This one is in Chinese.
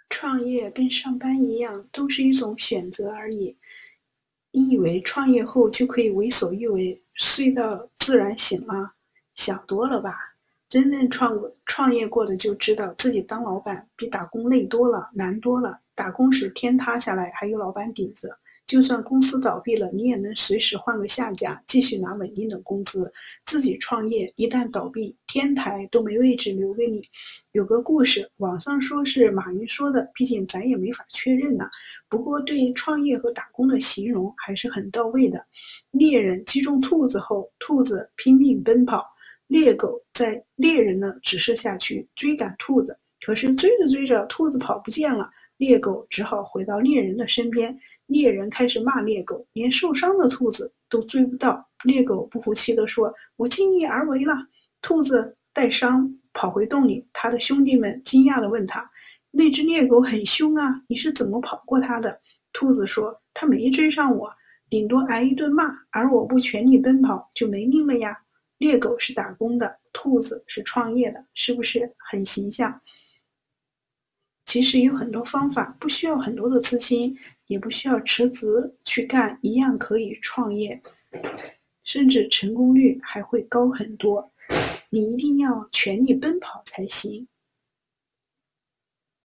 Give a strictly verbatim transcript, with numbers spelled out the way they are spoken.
创业跟上班一样，都是一种选择而已。你以为创业后就可以为所欲为，睡到自然醒了？想多了吧！真正创创业过的就知道，自己当老板比打工累多了，难多了。打工时天塌下来还有老板顶着，就算公司倒闭了，你也能随时换个下家，继续拿稳定的工资。自己创业一旦倒闭，天台都没位置留给你。有个故事，网上说是马云说的，毕竟咱也没法确认呐、不过对创业和打工的形容还是很到位的。猎人击中兔子后，兔子拼命奔跑，猎狗在猎人的指示下去追赶兔子，可是追着追着，兔子跑不见了。猎狗只好回到猎人的身边，猎人开始骂猎狗，连受伤的兔子都追不到。猎狗不服气地说：“我尽力而为了。”兔子带伤跑回洞里，他的兄弟们惊讶地问他：“那只猎狗很凶啊，你是怎么跑过它的？”兔子说：“它没追上我，顶多挨一顿骂，而我不全力奔跑就没命了呀。”猎狗是打工的，兔子是创业的，是不是很形象？其实有很多方法，不需要很多的资金，也不需要辞职去干，一样可以创业，甚至成功率还会高很多。你一定要全力奔跑才行。